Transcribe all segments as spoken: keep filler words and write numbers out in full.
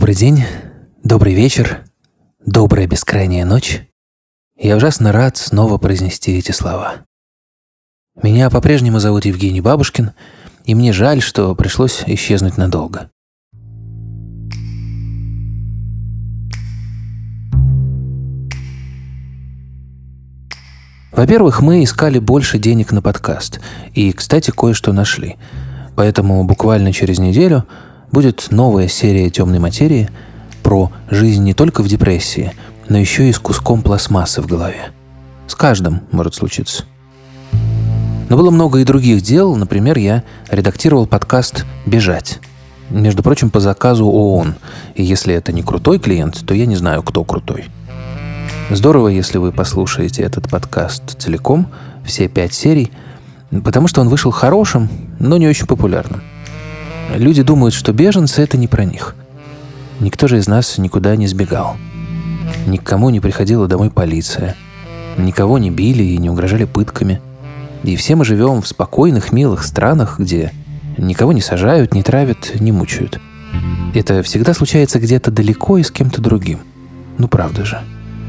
Добрый день, добрый вечер, добрая бескрайняя ночь. Я ужасно рад снова произнести эти слова. Меня по-прежнему зовут Евгений Бабушкин, и мне жаль, что пришлось исчезнуть надолго. Во-первых, мы искали больше денег на подкаст, и, кстати, кое-что нашли. Поэтому буквально через неделю будет новая серия «Темной материи» про жизнь не только в депрессии, но еще и с куском пластмассы в голове. С каждым может случиться. Но было много и других дел. Например, я редактировал подкаст «Бежать». Между прочим, по заказу ООН. И если это не крутой клиент, то я не знаю, кто крутой. Здорово, если вы послушаете этот подкаст целиком, все пять серий, потому что он вышел хорошим, но не очень популярным. Люди думают, что беженцы — это не про них. Никто же из нас никуда не сбегал. Никому не приходила домой полиция. Никого не били и не угрожали пытками. И все мы живем в спокойных, милых странах, где никого не сажают, не травят, не мучают. Это всегда случается где-то далеко и с кем-то другим. Ну правда же.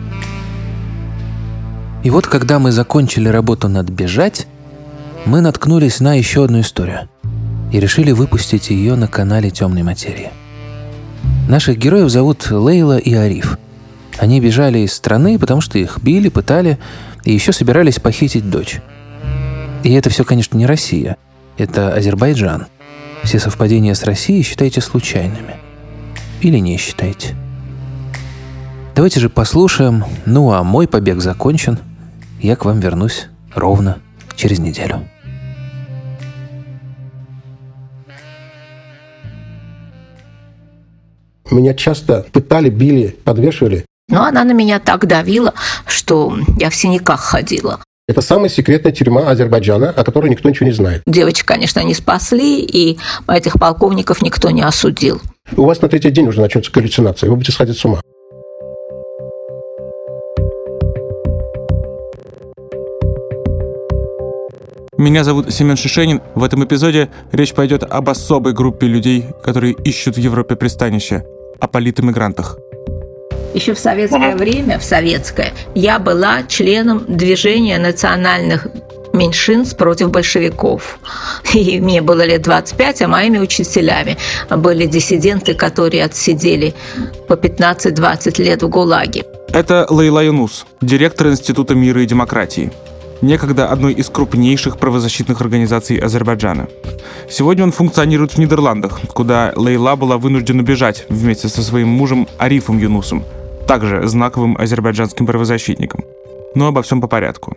И вот когда мы закончили работу над «Бежать», мы наткнулись на еще одну историю и решили выпустить ее на канале «Темной материи». Наших героев зовут Лейла и Ариф. Они бежали из страны, потому что их били, пытали и еще собирались похитить дочь. И это все, конечно, не Россия. Это Азербайджан. Все совпадения с Россией считайте случайными. Или не считайте. Давайте же послушаем. Ну а мой побег закончен. Я к вам вернусь ровно через неделю. Меня часто пытали, били, подвешивали. Но она на меня так давила, что я в синяках ходила. Это самая секретная тюрьма Азербайджана, о которой никто ничего не знает. Девочек, конечно, не спасли, и этих полковников никто не осудил. У вас на третий день уже начнется галлюцинация, вы будете сходить с ума. Меня зовут Семен Шишенин. В этом эпизоде речь пойдет об особой группе людей, которые ищут в Европе пристанище, о политэмигрантах. Еще в советское время, в советское, я была членом движения национальных меньшинств против большевиков. И мне было лет двадцать пять, а моими учителями были диссиденты, которые отсидели по пятнадцать-двадцать лет в ГУЛАГе. Это Лейла Юнус, директор Института мира и демократии. Некогда одной из крупнейших правозащитных организаций Азербайджана. Сегодня он функционирует в Нидерландах, куда Лейла была вынуждена бежать вместе со своим мужем Арифом Юнусом, также знаковым азербайджанским правозащитником. Но обо всем по порядку.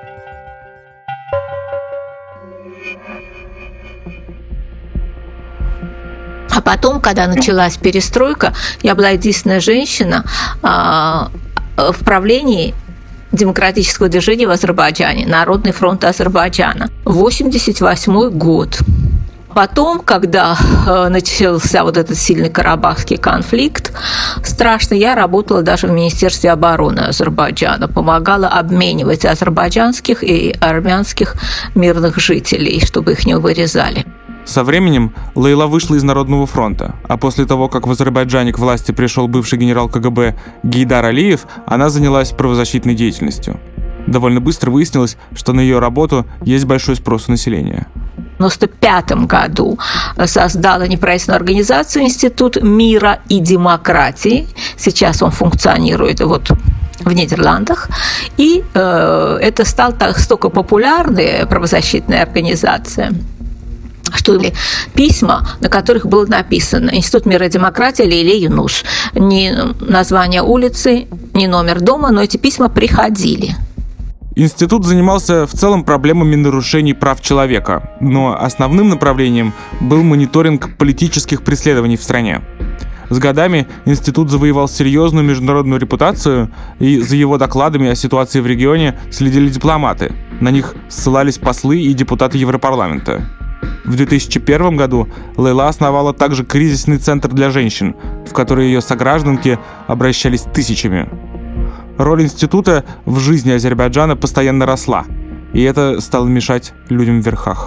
А потом, когда началась перестройка, я была единственная женщина а, в правлении демократического движения в Азербайджане, Народный фронт Азербайджана. восемьдесят восьмой год. Потом, когда э, начался вот этот сильный карабахский конфликт, страшно, я работала даже в Министерстве обороны Азербайджана, помогала обменивать азербайджанских и армянских мирных жителей, чтобы их не вырезали. Со временем Лейла вышла из Народного фронта, а после того, как в Азербайджане к власти пришел бывший генерал КГБ Гейдар Алиев, она занялась правозащитной деятельностью. Довольно быстро выяснилось, что на ее работу есть большой спрос у населения. В девяносто пятом году создала неправительственную организацию Институт мира и демократии. Сейчас он функционирует вот в Нидерландах. И э, это стала настолько популярная правозащитная организация, что письма, на которых было написано «Институт мира и демократии Лейла Юнус». Ни название улицы, ни номер дома, но эти письма приходили. Институт занимался в целом проблемами нарушений прав человека, но основным направлением был мониторинг политических преследований в стране. С годами институт завоевал серьезную международную репутацию, и за его докладами о ситуации в регионе следили дипломаты. На них ссылались послы и депутаты Европарламента. В две тысячи первом году Лейла основала также кризисный центр для женщин, в который ее согражданки обращались тысячами. Роль института в жизни Азербайджана постоянно росла, и это стало мешать людям в верхах.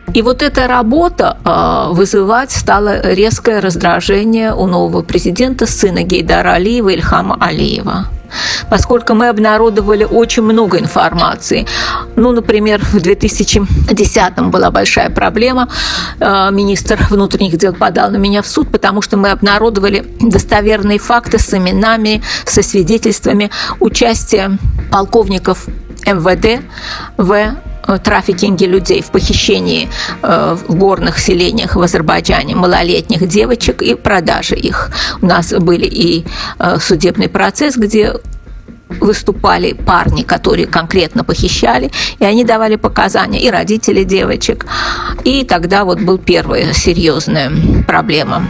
И вот эта работа э, вызывать стало резкое раздражение у нового президента, сына Гейдара Алиева, Ильхама Алиева. Поскольку мы обнародовали очень много информации. Ну, например, в две тысячи десятом была большая проблема. Министр внутренних дел подал на меня в суд, потому что мы обнародовали достоверные факты с именами, со свидетельствами участия полковников эм вэ дэ в трафикинге людей, в похищении э, в горных селениях в Азербайджане малолетних девочек и продаже их. У нас были и э, судебный процесс, где выступали парни, которые конкретно похищали, и они давали показания, и родители девочек. И тогда вот была первая серьезная проблема.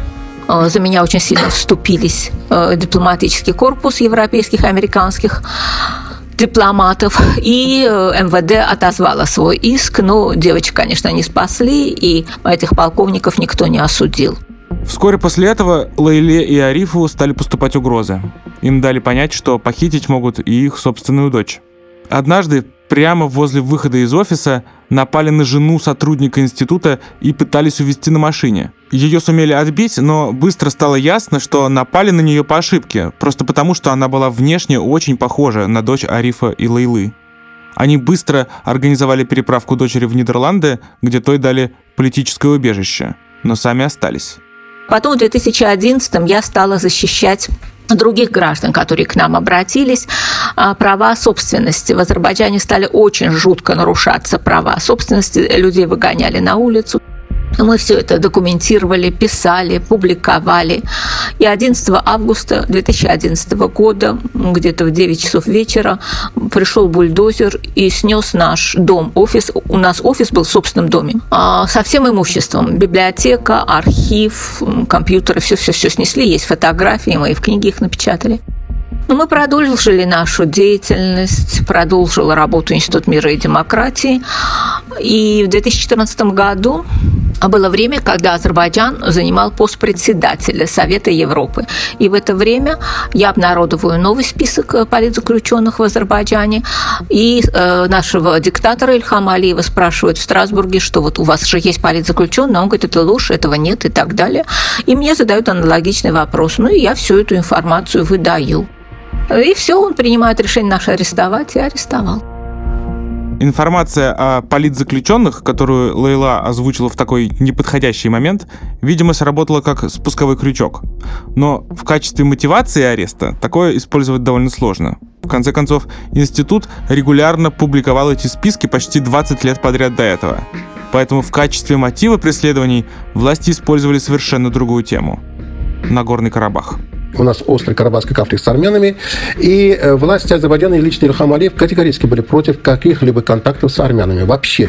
За меня очень сильно вступились э, дипломатический корпус европейских, американских дипломатов, и эм вэ дэ отозвала свой иск, но девочек, конечно, не спасли, и этих полковников никто не осудил. Вскоре после этого Лейле и Арифу стали поступать угрозы. Им дали понять, что похитить могут и их собственную дочь. Однажды прямо возле выхода из офиса напали на жену сотрудника института и пытались увезти на машине. Ее сумели отбить, но быстро стало ясно, что напали на нее по ошибке, просто потому, что она была внешне очень похожа на дочь Арифа и Лейлы. Они быстро организовали переправку дочери в Нидерланды, где той дали политическое убежище, но сами остались. Потом в две тысячи одиннадцатом я стала защищать других граждан, которые к нам обратились, права собственности. В Азербайджане стали очень жутко нарушаться права собственности, людей выгоняли на улицу. Мы все это документировали, писали, публиковали. И одиннадцатого августа две тысячи одиннадцатого года, где-то в девять часов вечера, пришел бульдозер и снес наш дом, офис. У нас офис был в собственном доме. Со всем имуществом. Библиотека, архив, компьютеры, все-все-все снесли. Есть фотографии, мы и в книге их напечатали. Но мы продолжили нашу деятельность, продолжил работу Институт мира и демократии. И в две тысячи четырнадцатом году было время, когда Азербайджан занимал пост председателя Совета Европы. И в это время я обнародоваю новый список политзаключенных в Азербайджане. И э, нашего диктатора Ильхама Алиева спрашивают в Страсбурге, что вот у вас же есть политзаключенные. Он говорит, это ложь, этого нет и так далее. И мне задают аналогичный вопрос. Ну и я всю эту информацию выдаю. И все, он принимает решение нас арестовать, и арестовал. Информация о политзаключенных, которую Лейла озвучила в такой неподходящий момент, видимо, сработала как спусковой крючок. Но в качестве мотивации ареста такое использовать довольно сложно. В конце концов, институт регулярно публиковал эти списки почти двадцать лет подряд до этого. Поэтому в качестве мотива преследований власти использовали совершенно другую тему – Нагорный Карабах. У нас острый карабахский конфликт с армянами, и власти Азербайджана и лично Ильхам Алиев категорически были против каких-либо контактов с армянами вообще.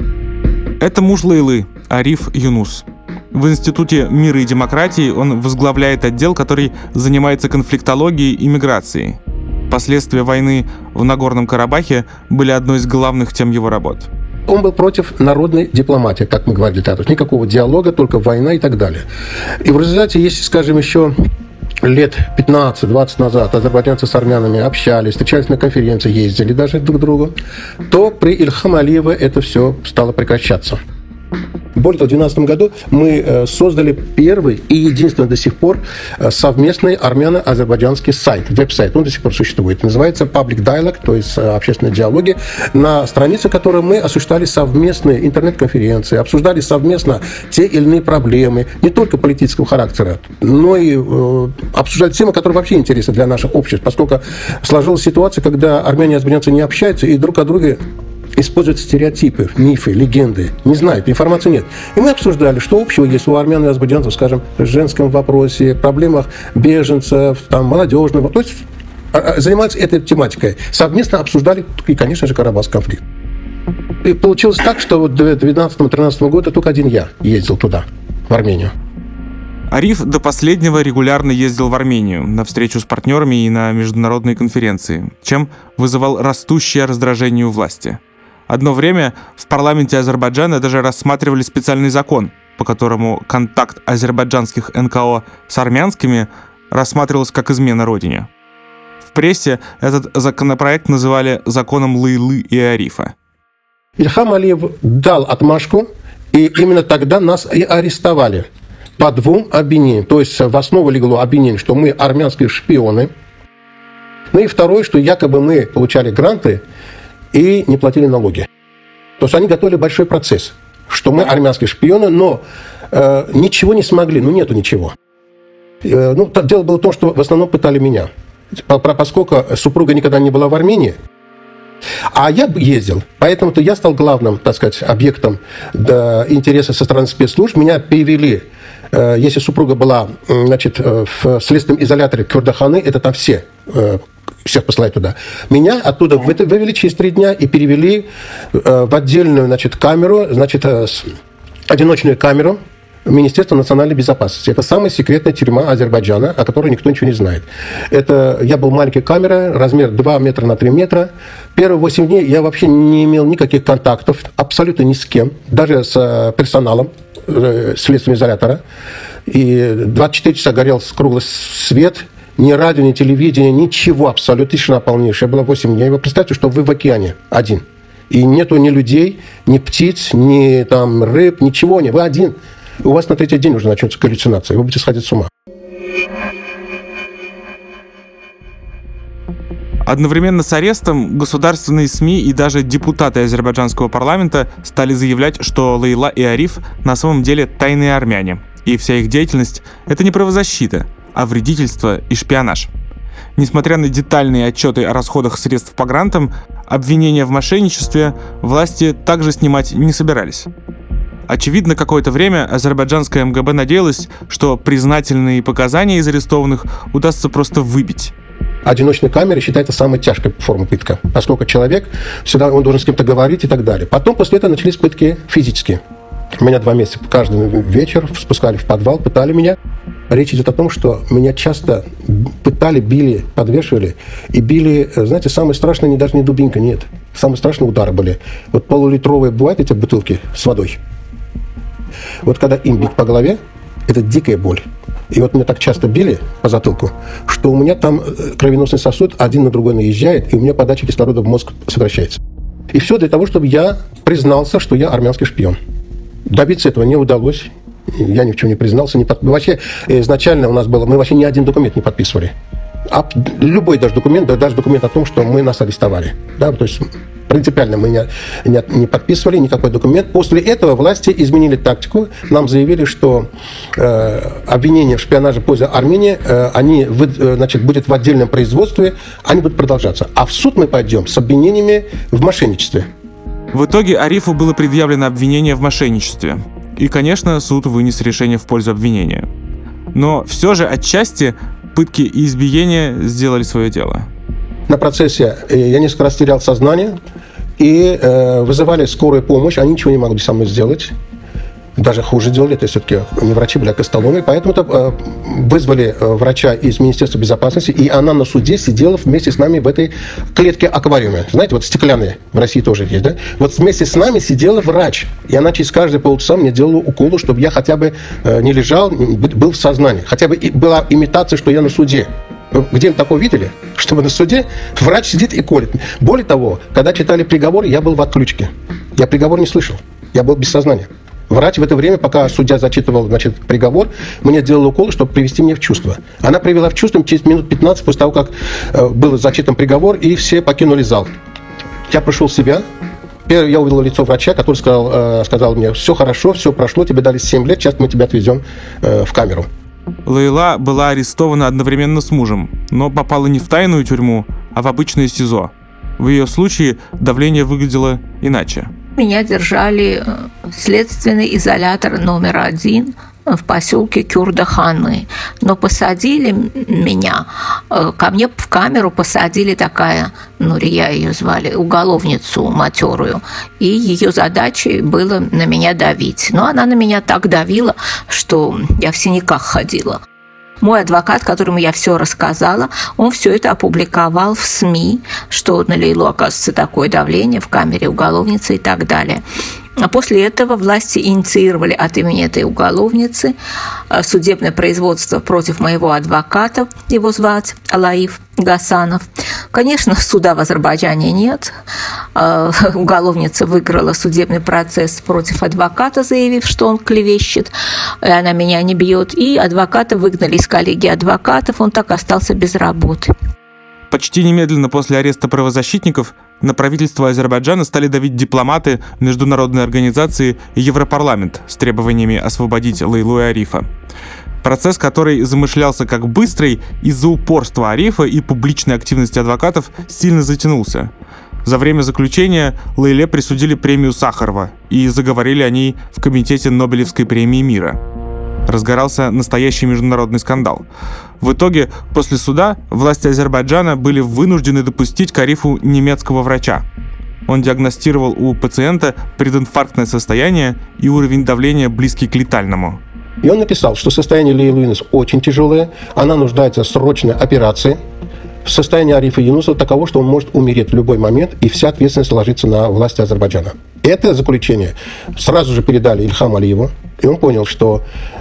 Это муж Лейлы, Ариф Юнус. В Институте мира и демократии он возглавляет отдел, который занимается конфликтологией и миграцией. Последствия войны в Нагорном Карабахе были одной из главных тем его работ. Он был против народной дипломатии, как мы говорили, то есть никакого диалога, только война и так далее. И в результате, если, скажем, еще лет пятнадцать-двадцать назад азербайджанцы с армянами общались, встречались на конференции, ездили даже друг к другу, то при Ильхаме Алиеве это все стало прекращаться. Более того, в две тысячи двенадцатом году мы создали первый и единственный до сих пор совместный армяно-азербайджанский сайт, веб-сайт, он до сих пор существует. Называется Public Dialogue, то есть общественные диалоги, на странице которой мы осуществляли совместные интернет-конференции, обсуждали совместно те или иные проблемы, не только политического характера, но и э, обсуждали темы, которые вообще интересны для наших обществ, поскольку сложилась ситуация, когда армяне и азербайджанцы не общаются и друг о друге используют стереотипы, мифы, легенды, не знают, информации нет. И мы обсуждали, что общего есть у армян и азербайджанцев, скажем, в женском вопросе, проблемах беженцев, там, молодежного. То есть занимались этой тематикой. Совместно обсуждали и, конечно же, Карабахский конфликт. И получилось так, что вот в две тысячи двенадцатом-тринадцатом году только один я ездил туда, в Армению. Ариф до последнего регулярно ездил в Армению на встречу с партнерами и на международные конференции, чем вызывал растущее раздражение у власти. Одно время в парламенте Азербайджана даже рассматривали специальный закон, по которому контакт азербайджанских эн ка о с армянскими рассматривался как измена родине. В прессе этот законопроект называли законом Лейлы и Арифа. Ильхам Алиев дал отмашку И именно тогда нас и арестовали по двум обвинениям. То есть в основу легло обвинение, что мы армянские шпионы. Ну и второе, что якобы мы получали гранты и не платили налоги. То есть они готовили большой процесс, что мы армянские шпионы, но э, ничего не смогли, ну нету ничего. Э, ну, дело было в том, что в основном пытали меня. Поскольку супруга никогда не была в Армении, а я ездил, поэтому-то я стал главным, так сказать, объектом да, интереса со стороны спецслужб. Меня перевели, э, если супруга была, значит, в следственном изоляторе Кюрдаханы, это там все, э, всех посылают туда. Меня оттуда вывели через три дня и перевели э, в отдельную, значит, камеру, значит, э, одиночную камеру Министерства национальной безопасности. Это самая секретная тюрьма Азербайджана, о которой никто ничего не знает. Это я был маленькой камерой, размер два метра на три метра. Первые восемь дней я вообще не имел никаких контактов, абсолютно ни с кем, даже с персоналом следственного изолятора. И двадцать четыре часа горел круглый свет, ни радио, ни телевидение, ничего абсолютно, тишина полнейшая. Было восемь дней. Вы представьте, что вы в океане один. И нету ни людей, ни птиц, ни там рыб, ничего не. Вы один. У вас на третий день уже начнется галлюцинация, вы будете сходить с ума. Одновременно с арестом государственные СМИ и даже депутаты азербайджанского парламента стали заявлять, что Лейла и Ариф на самом деле тайные армяне, и вся их деятельность — это не правозащита, а вредительство и шпионаж. Несмотря на детальные отчеты о расходах средств по грантам, обвинения в мошенничестве власти также снимать не собирались. Очевидно, какое-то время азербайджанская эм гэ бэ надеялась, что признательные показания из арестованных удастся просто выбить. Одиночная камера считается самой тяжкой формой пытка, поскольку человек всегда он должен с кем-то говорить и так далее. Потом после этого начались пытки физические. Меня два месяца каждый вечер спускали в подвал, пытали меня. Речь идет о том, что меня часто пытали, били, подвешивали. И били, знаете, самое страшное не даже не дубинка, нет. Самые страшные удары были. Вот полулитровые бывают эти бутылки с водой. Вот когда им бить по голове, это дикая боль. И вот меня так часто били по затылку, что у меня там кровеносный сосуд один на другой наезжает, и у меня подача кислорода в мозг сокращается. И все для того, чтобы я признался, что я армянский шпион. Добиться этого не удалось. Я ни в чем не признался. Не под... Вообще, изначально у нас было... Мы вообще ни один документ не подписывали. А любой даже документ, даже документ о том, что мы нас арестовали. Да, то есть принципиально мы не, не, не подписывали никакой документ. После этого власти изменили тактику. Нам заявили, что э, обвинения в шпионаже в пользу Армении, э, они вы, э, значит, будет в отдельном производстве, они будут продолжаться. А в суд мы пойдем с обвинениями в мошенничестве. В итоге Арифу было предъявлено обвинение в мошенничестве. И, конечно, суд вынес решение в пользу обвинения. Но все же отчасти пытки и избиения сделали свое дело. На процессе я несколько раз терял сознание, и э, вызывали скорую помощь, они ничего не могли со мной сделать. Даже хуже делали, это все-таки не врачи были, а костоломы. Поэтому э, вызвали э, врача из Министерства безопасности, и она на суде сидела вместе с нами в этой клетке-аквариуме. Знаете, вот стеклянные, в России тоже есть, да? Вот вместе с нами сидела врач, и она через каждые полчаса мне делала уколы, чтобы я хотя бы э, не лежал, был в сознании. Хотя бы и была имитация, что я на суде. Где-нибудь такое видели? Чтобы на суде врач сидит и колет. Более того, когда читали приговор, я был в отключке. Я приговор не слышал. Я был без сознания. Врач в это время, пока судья зачитывал, значит, приговор, мне делал укол, чтобы привести меня в чувство. Она привела в чувство через минут пятнадцать после того, как э, был зачитан приговор, и все покинули зал. Я пришел в себя. Первый я увидел лицо врача, который сказал, э, сказал мне: все хорошо, все прошло, тебе дали семь лет, сейчас мы тебя отвезем э, в камеру. Лейла была арестована одновременно с мужем, но попала не в тайную тюрьму, а в обычное СИЗО. В ее случае давление выглядело иначе. Меня держали в следственный изолятор номер один в поселке Кюрдаханы. Но посадили меня, ко мне в камеру посадили такая, Нурия ее звали, уголовницу матерую. И ее задачей было на меня давить. Но она на меня так давила, что я в синяках ходила. Мой адвокат, которому я все рассказала, он все это опубликовал в СМИ, что на Лейлу, оказывается, такое давление в камере уголовницы и так далее. А после этого власти инициировали от имени этой уголовницы судебное производство против моего адвоката, его звать Алаиф Гасанов. Конечно, суда в Азербайджане нет. Уголовница выиграла судебный процесс против адвоката, заявив, что он клевещет, и она меня не бьет. И адвоката выгнали из коллегии адвокатов, он так остался без работы. Почти немедленно после ареста правозащитников на правительство Азербайджана стали давить дипломаты, международные организации и Европарламент с требованиями освободить Лейлу и Арифа. Процесс, который замышлялся как быстрый, из-за упорства Арифа и публичной активности адвокатов сильно затянулся. За время заключения Лейле присудили премию Сахарова, и заговорили о ней в Комитете Нобелевской премии мира. Разгорался настоящий международный скандал. В итоге, после суда, власти Азербайджана были вынуждены допустить к Арифу немецкого врача. Он диагностировал у пациента прединфарктное состояние и уровень давления близкий к летальному. И он написал, что состояние Лейлы Юнус очень тяжелое, она нуждается в срочной операции. Состояние Арифа Юнуса таково, что он может умереть в любой момент, и вся ответственность ложится на власти Азербайджана. Это заключение сразу же передали Ильхаму Алиеву, и он понял, что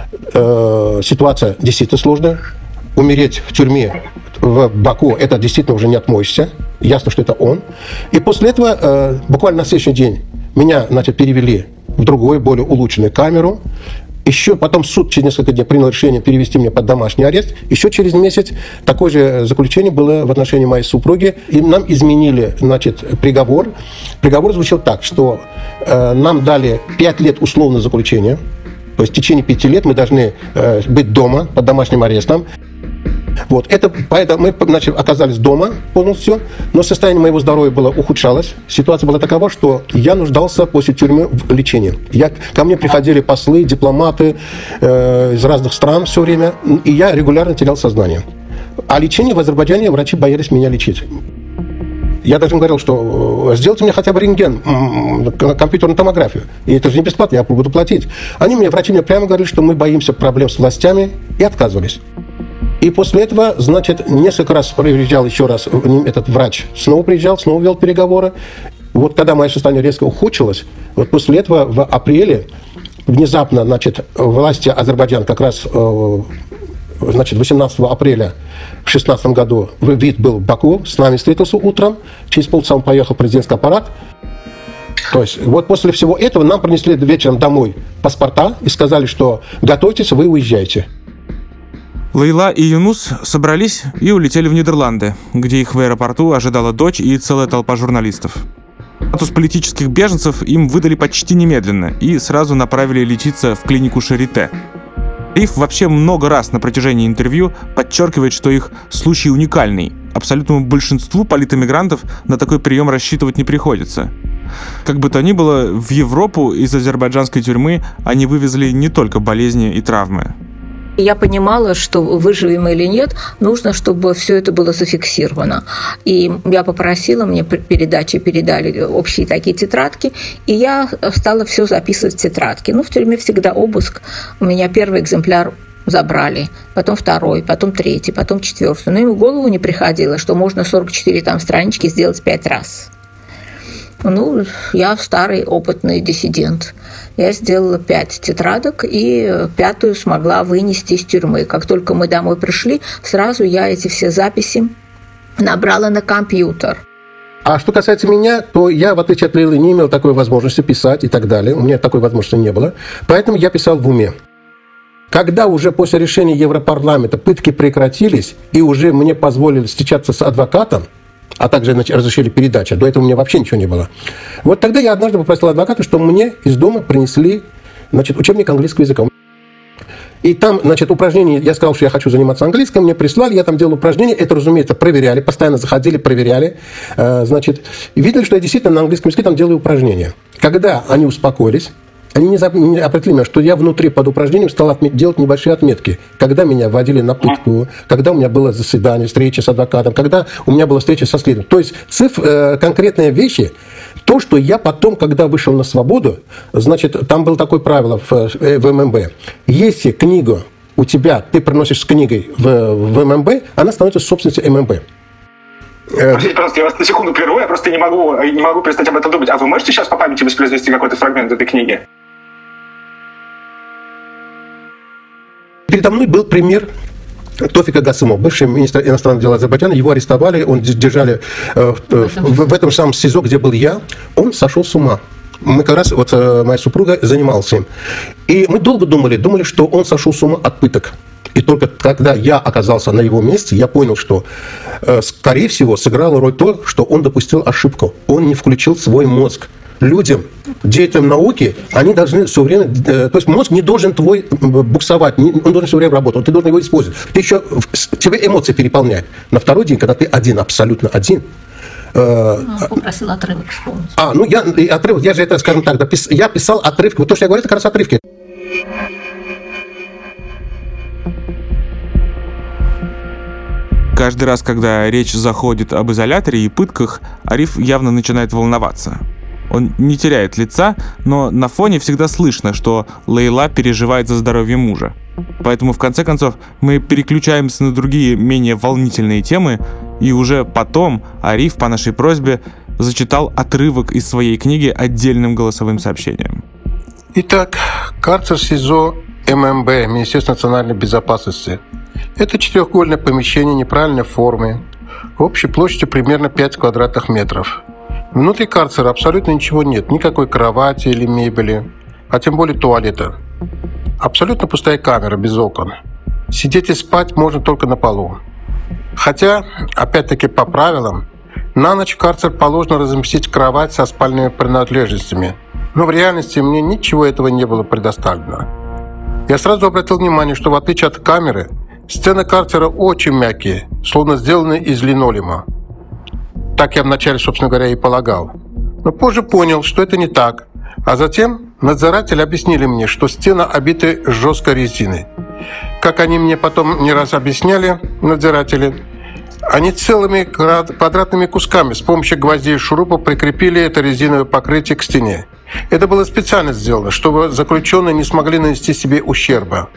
э, ситуация действительно сложная. Умереть в тюрьме в Баку – это действительно уже не отмоешься. Ясно, что это он. И после этого, э, буквально на следующий день, меня, значит, перевели в другую, более улучшенную камеру. Еще потом суд через несколько дней принял решение перевести меня под домашний арест. Еще через месяц такое же заключение было в отношении моей супруги. И нам изменили, значит, приговор. Приговор звучал так, что э, нам дали пять лет условного заключения. То есть в течение пяти лет мы должны э, быть дома под домашним арестом. Вот. Это, поэтому мы, значит, оказались дома полностью, но состояние моего здоровья было ухудшалось. Ситуация была такова, что я нуждался после тюрьмы в лечении. Я, ко мне приходили послы, дипломаты э, из разных стран все время, и я регулярно терял сознание. А лечение в Азербайджане врачи боялись меня лечить. Я даже им говорил, что сделайте мне хотя бы рентген, компьютерную томографию. И это же не бесплатно, я буду платить. Они мне, врачи мне прямо говорили, что мы боимся проблем с властями, и отказывались. И после этого, значит, несколько раз приезжал еще раз этот врач, снова приезжал, снова вел переговоры. Вот когда мое состояние резко ухудшилось, вот после этого в апреле внезапно, значит, власти Азербайджана как раз, значит, восемнадцатого апреля в шестнадцатом году вид был в Баку, с нами встретился утром, через полчаса он поехал в президентский аппарат. То есть вот после всего этого нам принесли вечером домой паспорта и сказали, что готовьтесь, вы уезжаете. Лейла и Юнус собрались и улетели в Нидерланды, где их в аэропорту ожидала дочь и целая толпа журналистов. Статус политических беженцев им выдали почти немедленно и сразу направили лечиться в клинику Шарите. Ариф вообще много раз на протяжении интервью подчеркивает, что их случай уникальный. Абсолютному большинству политэмигрантов на такой прием рассчитывать не приходится. Как бы то ни было, в Европу из азербайджанской тюрьмы они вывезли не только болезни и травмы. Я понимала, что выживем или нет, нужно, чтобы все это было зафиксировано. И я попросила, мне передачи передали общие такие тетрадки, и я стала все записывать в тетрадки. Ну, в тюрьме всегда обыск. У меня первый экземпляр забрали, потом второй, потом третий, потом четвертый. Но им в голову не приходило, что можно сорок четыре там странички сделать пять раз. Ну, я старый опытный диссидент. Я сделала пять тетрадок и пятую смогла вынести из тюрьмы. Как только мы домой пришли, сразу я эти все записи набрала на компьютер. А что касается меня, то я, в отличие от Лейлы, не имел такой возможности писать и так далее. У меня такой возможности не было. Поэтому я писал в уме. Когда уже после решения Европарламента пытки прекратились, и уже мне позволили встречаться с адвокатом, а также разрешили передачу. До этого у меня вообще ничего не было. Вот тогда я однажды попросил адвоката, чтобы мне из дома принесли, значит, учебник английского языка. И там, значит, упражнения, я сказал, что я хочу заниматься английским, мне прислали, я там делал упражнения, это, разумеется, проверяли, постоянно заходили, проверяли, значит, и видели, что я действительно на английском языке там делаю упражнения. Когда они успокоились, они не обратили меня, что я внутри под упражнением стал отмет- делать небольшие отметки. Когда меня вводили на пытку, когда у меня было заседание, встреча с адвокатом, когда у меня была встреча со следователем. То есть цифр, э, конкретные вещи, то, что я потом, когда вышел на свободу, значит, там было такое правило в, э, в эм эм бэ. Если книгу у тебя, ты приносишь с книгой в, в эм эм бэ, она становится собственностью эм эм бэ. Простите, пожалуйста, я вас на секунду прерву, я просто не могу, не могу перестать об этом думать. А вы можете сейчас по памяти воспроизвести какой-то фрагмент этой книги? Передо мной был пример Тофика Гасымова, бывший министр иностранных дел Азербайджана. Его арестовали, он держали э, в, в, в этом самом СИЗО, где был я. Он сошел с ума. Мы как раз, вот моя супруга занималась им. И мы долго думали, думали, что он сошел с ума от пыток. И только когда я оказался на его месте, я понял, что, э, скорее всего, сыграло роль то, что он допустил ошибку. Он не включил свой мозг. Людям, деятелям науки, они должны все время... Э, то есть мозг не должен твой буксовать, не, он должен все время работать, ты должен его использовать. Ты еще, тебе эмоции переполняют. На второй день, когда ты один, абсолютно один... Э, ну, попросил отрывок вспомнить. А, ну я отрывок, я же это, скажем так, допис, я писал отрывки. Вот то, что я говорю, это как раз отрывки. Каждый раз, когда речь заходит об изоляторе и пытках, Ариф явно начинает волноваться. Он не теряет лица, но на фоне всегда слышно, что Лейла переживает за здоровье мужа. Поэтому, в конце концов, мы переключаемся на другие, менее волнительные темы, и уже потом Ариф, по нашей просьбе, зачитал отрывок из своей книги отдельным голосовым сообщением. Итак, карцер СИЗО ММБ, Министерство национальной безопасности. Это четырехугольное помещение неправильной формы, общей площадью примерно пять квадратных метров. Внутри карцера абсолютно ничего нет, никакой кровати или мебели, а тем более туалета. Абсолютно пустая камера, без окон. Сидеть и спать можно только на полу. Хотя, опять-таки по правилам, на ночь в карцер положено разместить кровать со спальными принадлежностями, но в реальности мне ничего этого не было предоставлено. Я сразу обратил внимание, что в отличие от камеры, стены карцера очень мягкие, словно сделаны из линолеума. Так я вначале, собственно говоря, и полагал. Но позже понял, что это не так. А затем надзиратели объяснили мне, что стены обиты жесткой резиной. Как они мне потом не раз объясняли, надзиратели, они целыми квадратными кусками с помощью гвоздей и шурупа прикрепили это резиновое покрытие к стене. Это было специально сделано, чтобы заключенные не смогли нанести себе ущерба.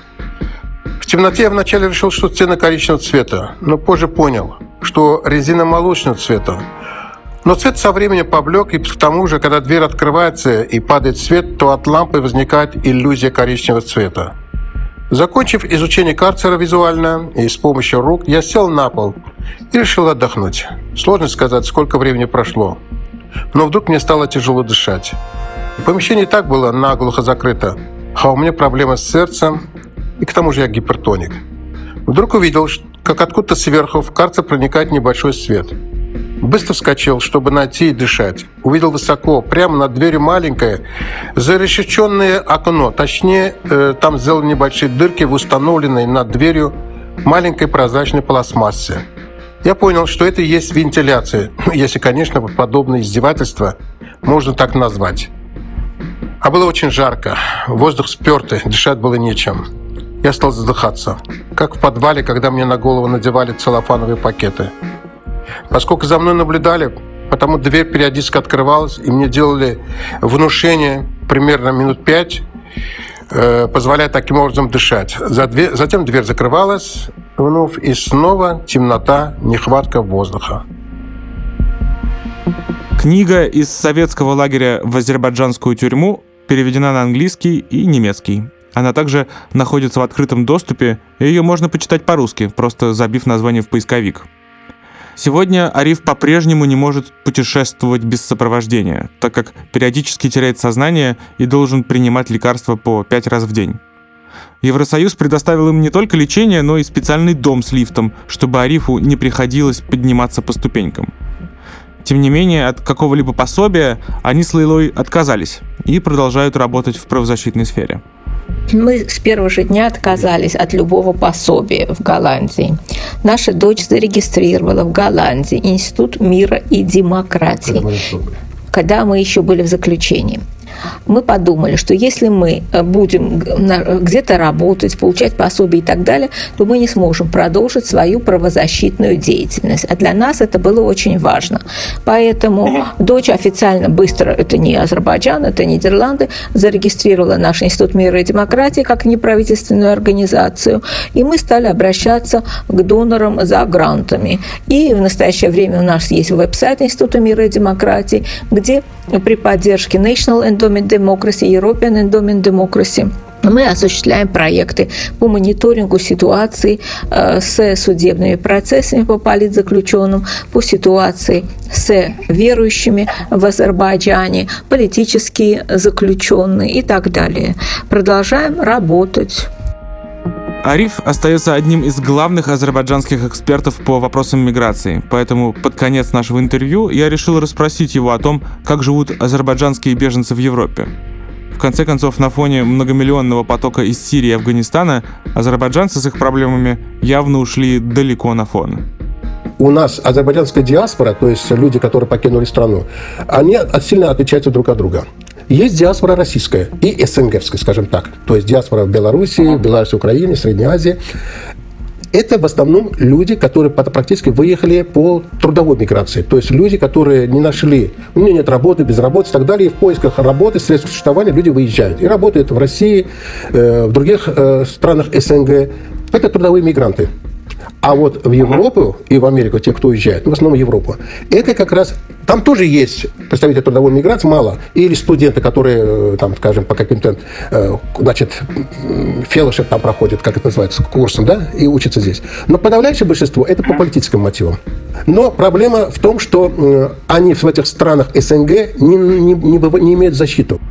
В темноте я вначале решил, что стены коричневого цвета, но позже понял, что резина молочного цвета. Но цвет со временем поблек, и к тому же, когда дверь открывается и падает свет, то от лампы возникает иллюзия коричневого цвета. Закончив изучение карцера визуально и с помощью рук, я сел на пол и решил отдохнуть. Сложно сказать, сколько времени прошло. Но вдруг мне стало тяжело дышать. Помещение и так было наглухо закрыто, а у меня проблемы с сердцем, и к тому же я гипертоник. Вдруг увидел, как откуда-то сверху в карцер проникает небольшой свет. Быстро вскочил, чтобы найти и дышать. Увидел высоко, прямо над дверью маленькое, зарешеченное окно. Точнее, э, там сделаны небольшие дырки в установленной над дверью маленькой прозрачной пластмассе. Я понял, что это и есть вентиляция, если, конечно, подобное издевательство можно так назвать. А было очень жарко, воздух спёртый, дышать было нечем. Я стал задыхаться, как в подвале, когда мне на голову надевали целлофановые пакеты. Поскольку за мной наблюдали, потому дверь периодически открывалась, и мне делали внушение примерно минут пять, э, позволяя таким образом дышать. Затем дверь закрывалась вновь, и снова темнота, нехватка воздуха. Книга из советского лагеря в азербайджанскую тюрьму переведена на английский и немецкий. Она также находится в открытом доступе, и ее можно почитать по-русски, просто забив название в поисковик. Сегодня Ариф по-прежнему не может путешествовать без сопровождения, так как периодически теряет сознание и должен принимать лекарства по пять раз в день. Евросоюз предоставил им не только лечение, но и специальный дом с лифтом, чтобы Арифу не приходилось подниматься по ступенькам. Тем не менее, от какого-либо пособия они с Лейлой отказались и продолжают работать в правозащитной сфере. Мы с первого же дня отказались от любого пособия в Голландии. Наша дочь зарегистрировала в Голландии Институт мира и демократии, когда мы еще были в заключении. мы подумали, что если мы будем где-то работать, получать пособие и так далее, то мы не сможем продолжить свою правозащитную деятельность. А для нас это было очень важно. Поэтому дочь официально быстро, это не Азербайджан, это Нидерланды, зарегистрировала наш Институт мира и демократии как неправительственную организацию, и мы стали обращаться к донорам за грантами. И в настоящее время у нас есть веб-сайт Института мира и демократии, где при поддержке National Endowment Democracy, European Endowment Democracy мы осуществляем проекты по мониторингу ситуации э, с судебными процессами по политзаключенным, по ситуации с верующими в Азербайджане, политические заключенные и так далее. Продолжаем работать. Ариф остается одним из главных азербайджанских экспертов по вопросам миграции, поэтому под конец нашего интервью я решил расспросить его о том, как живут азербайджанские беженцы в Европе. В конце концов, на фоне многомиллионного потока из Сирии и Афганистана азербайджанцы с их проблемами явно ушли далеко на фон. У нас азербайджанская диаспора, то есть люди, которые покинули страну, они сильно отличаются друг от друга. Есть диаспора российская и СНГовская, скажем так. То есть диаспора в Беларуси, Беларуси, Украине, Средней Азии. Это в основном люди, которые практически выехали по трудовой миграции. То есть люди, которые не нашли, у них нет работы, безработицы и так далее. И в поисках работы, средств существования люди выезжают. И работают в России, в других странах СНГ. Это трудовые мигранты. А вот в Европу и в Америку, те, кто уезжает, в основном в Европу, это как раз, там тоже есть представители трудовой миграции, мало, или студенты, которые, там, скажем, по каким-то, значит, фellowship там проходят, как это называется, курсом, да, и учатся здесь. Но подавляющее большинство это по политическим мотивам. Но проблема в том, что они в этих странах СНГ не, не, не, не имеют защиту.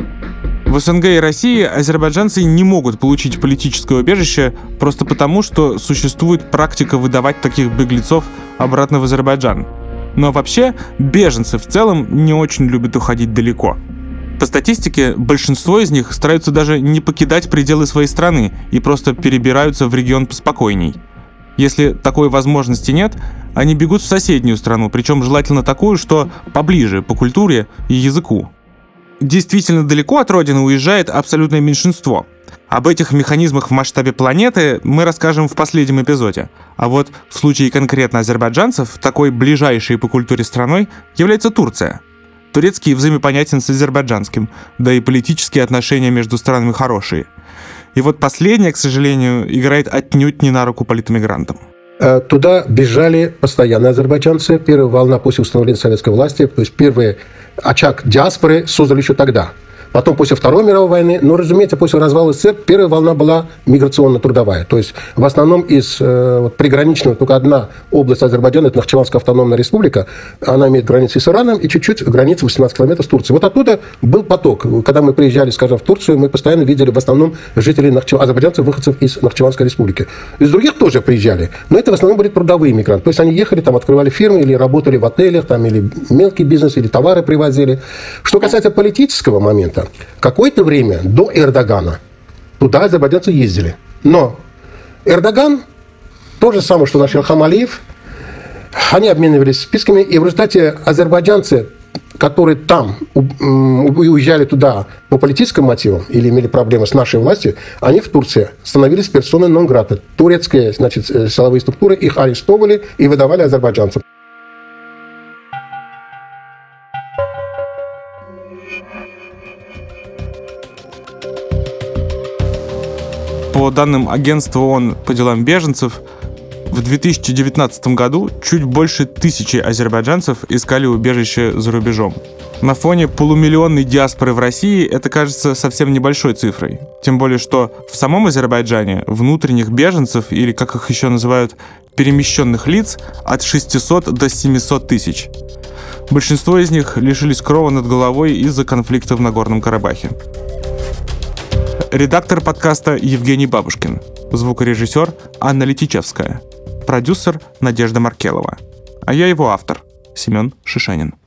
В СНГ и России азербайджанцы не могут получить политическое убежище просто потому, что существует практика выдавать таких беглецов обратно в Азербайджан. Но вообще беженцы в целом не очень любят уходить далеко. По статистике, большинство из них стараются даже не покидать пределы своей страны и просто перебираются в регион поспокойней. Если такой возможности нет, они бегут в соседнюю страну, причем желательно такую, что поближе по культуре и языку. Действительно далеко от родины уезжает абсолютное меньшинство. Об этих механизмах в масштабе планеты мы расскажем в последнем эпизоде. А вот в случае конкретно азербайджанцев, такой ближайшей по культуре страной является Турция. Турецкий взаимопонятен с азербайджанским, да и политические отношения между странами хорошие. И вот последнее, к сожалению, играет отнюдь не на руку политэмигрантам. Туда бежали постоянно азербайджанцы. Первая волна после установления советской власти, то есть первый очаг диаспоры создали еще тогда. Потом после Второй мировой войны, но, разумеется, после развала СССР первая волна была миграционно-трудовая. То есть в основном из э, вот, приграничного, только одна область Азербайджана, это Нахчеванская автономная республика, она имеет границы с Ираном и чуть-чуть границы восемнадцать километров с Турцией. Вот оттуда был поток. Когда мы приезжали, скажем, в Турцию, мы постоянно видели в основном жителей Нахчев... азербайджанцев, выходцев из Нахчеванской республики. Из других тоже приезжали, но это в основном были трудовые мигранты. То есть они ехали, там открывали фирмы или работали в отелях, там, или мелкий бизнес, или товары привозили. Что касается политического момента, какое-то время до Эрдогана туда азербайджанцы ездили. Но Эрдоган, то же самое, что наш Ильхам Алиев, они обменивались списками, и в результате азербайджанцы, которые там уезжали туда по политическим мотивам или имели проблемы с нашей властью, они в Турции становились персоной нон-грата. Турецкие, значит, силовые структуры их арестовывали и выдавали азербайджанцам. По данным агентства ООН по делам беженцев, в две тысячи девятнадцатом году чуть больше тысячи азербайджанцев искали убежище за рубежом. На фоне полумиллионной диаспоры в России это кажется совсем небольшой цифрой. Тем более, что в самом Азербайджане внутренних беженцев, или как их еще называют, перемещенных лиц, от шестисот до семисот тысяч. Большинство из них лишились крова над головой из-за конфликта в Нагорном Карабахе. Редактор подкаста Евгений Бабушкин. Звукорежиссер Анна Летичевская. Продюсер Надежда Маркелова. А я его автор Семен Шишенин.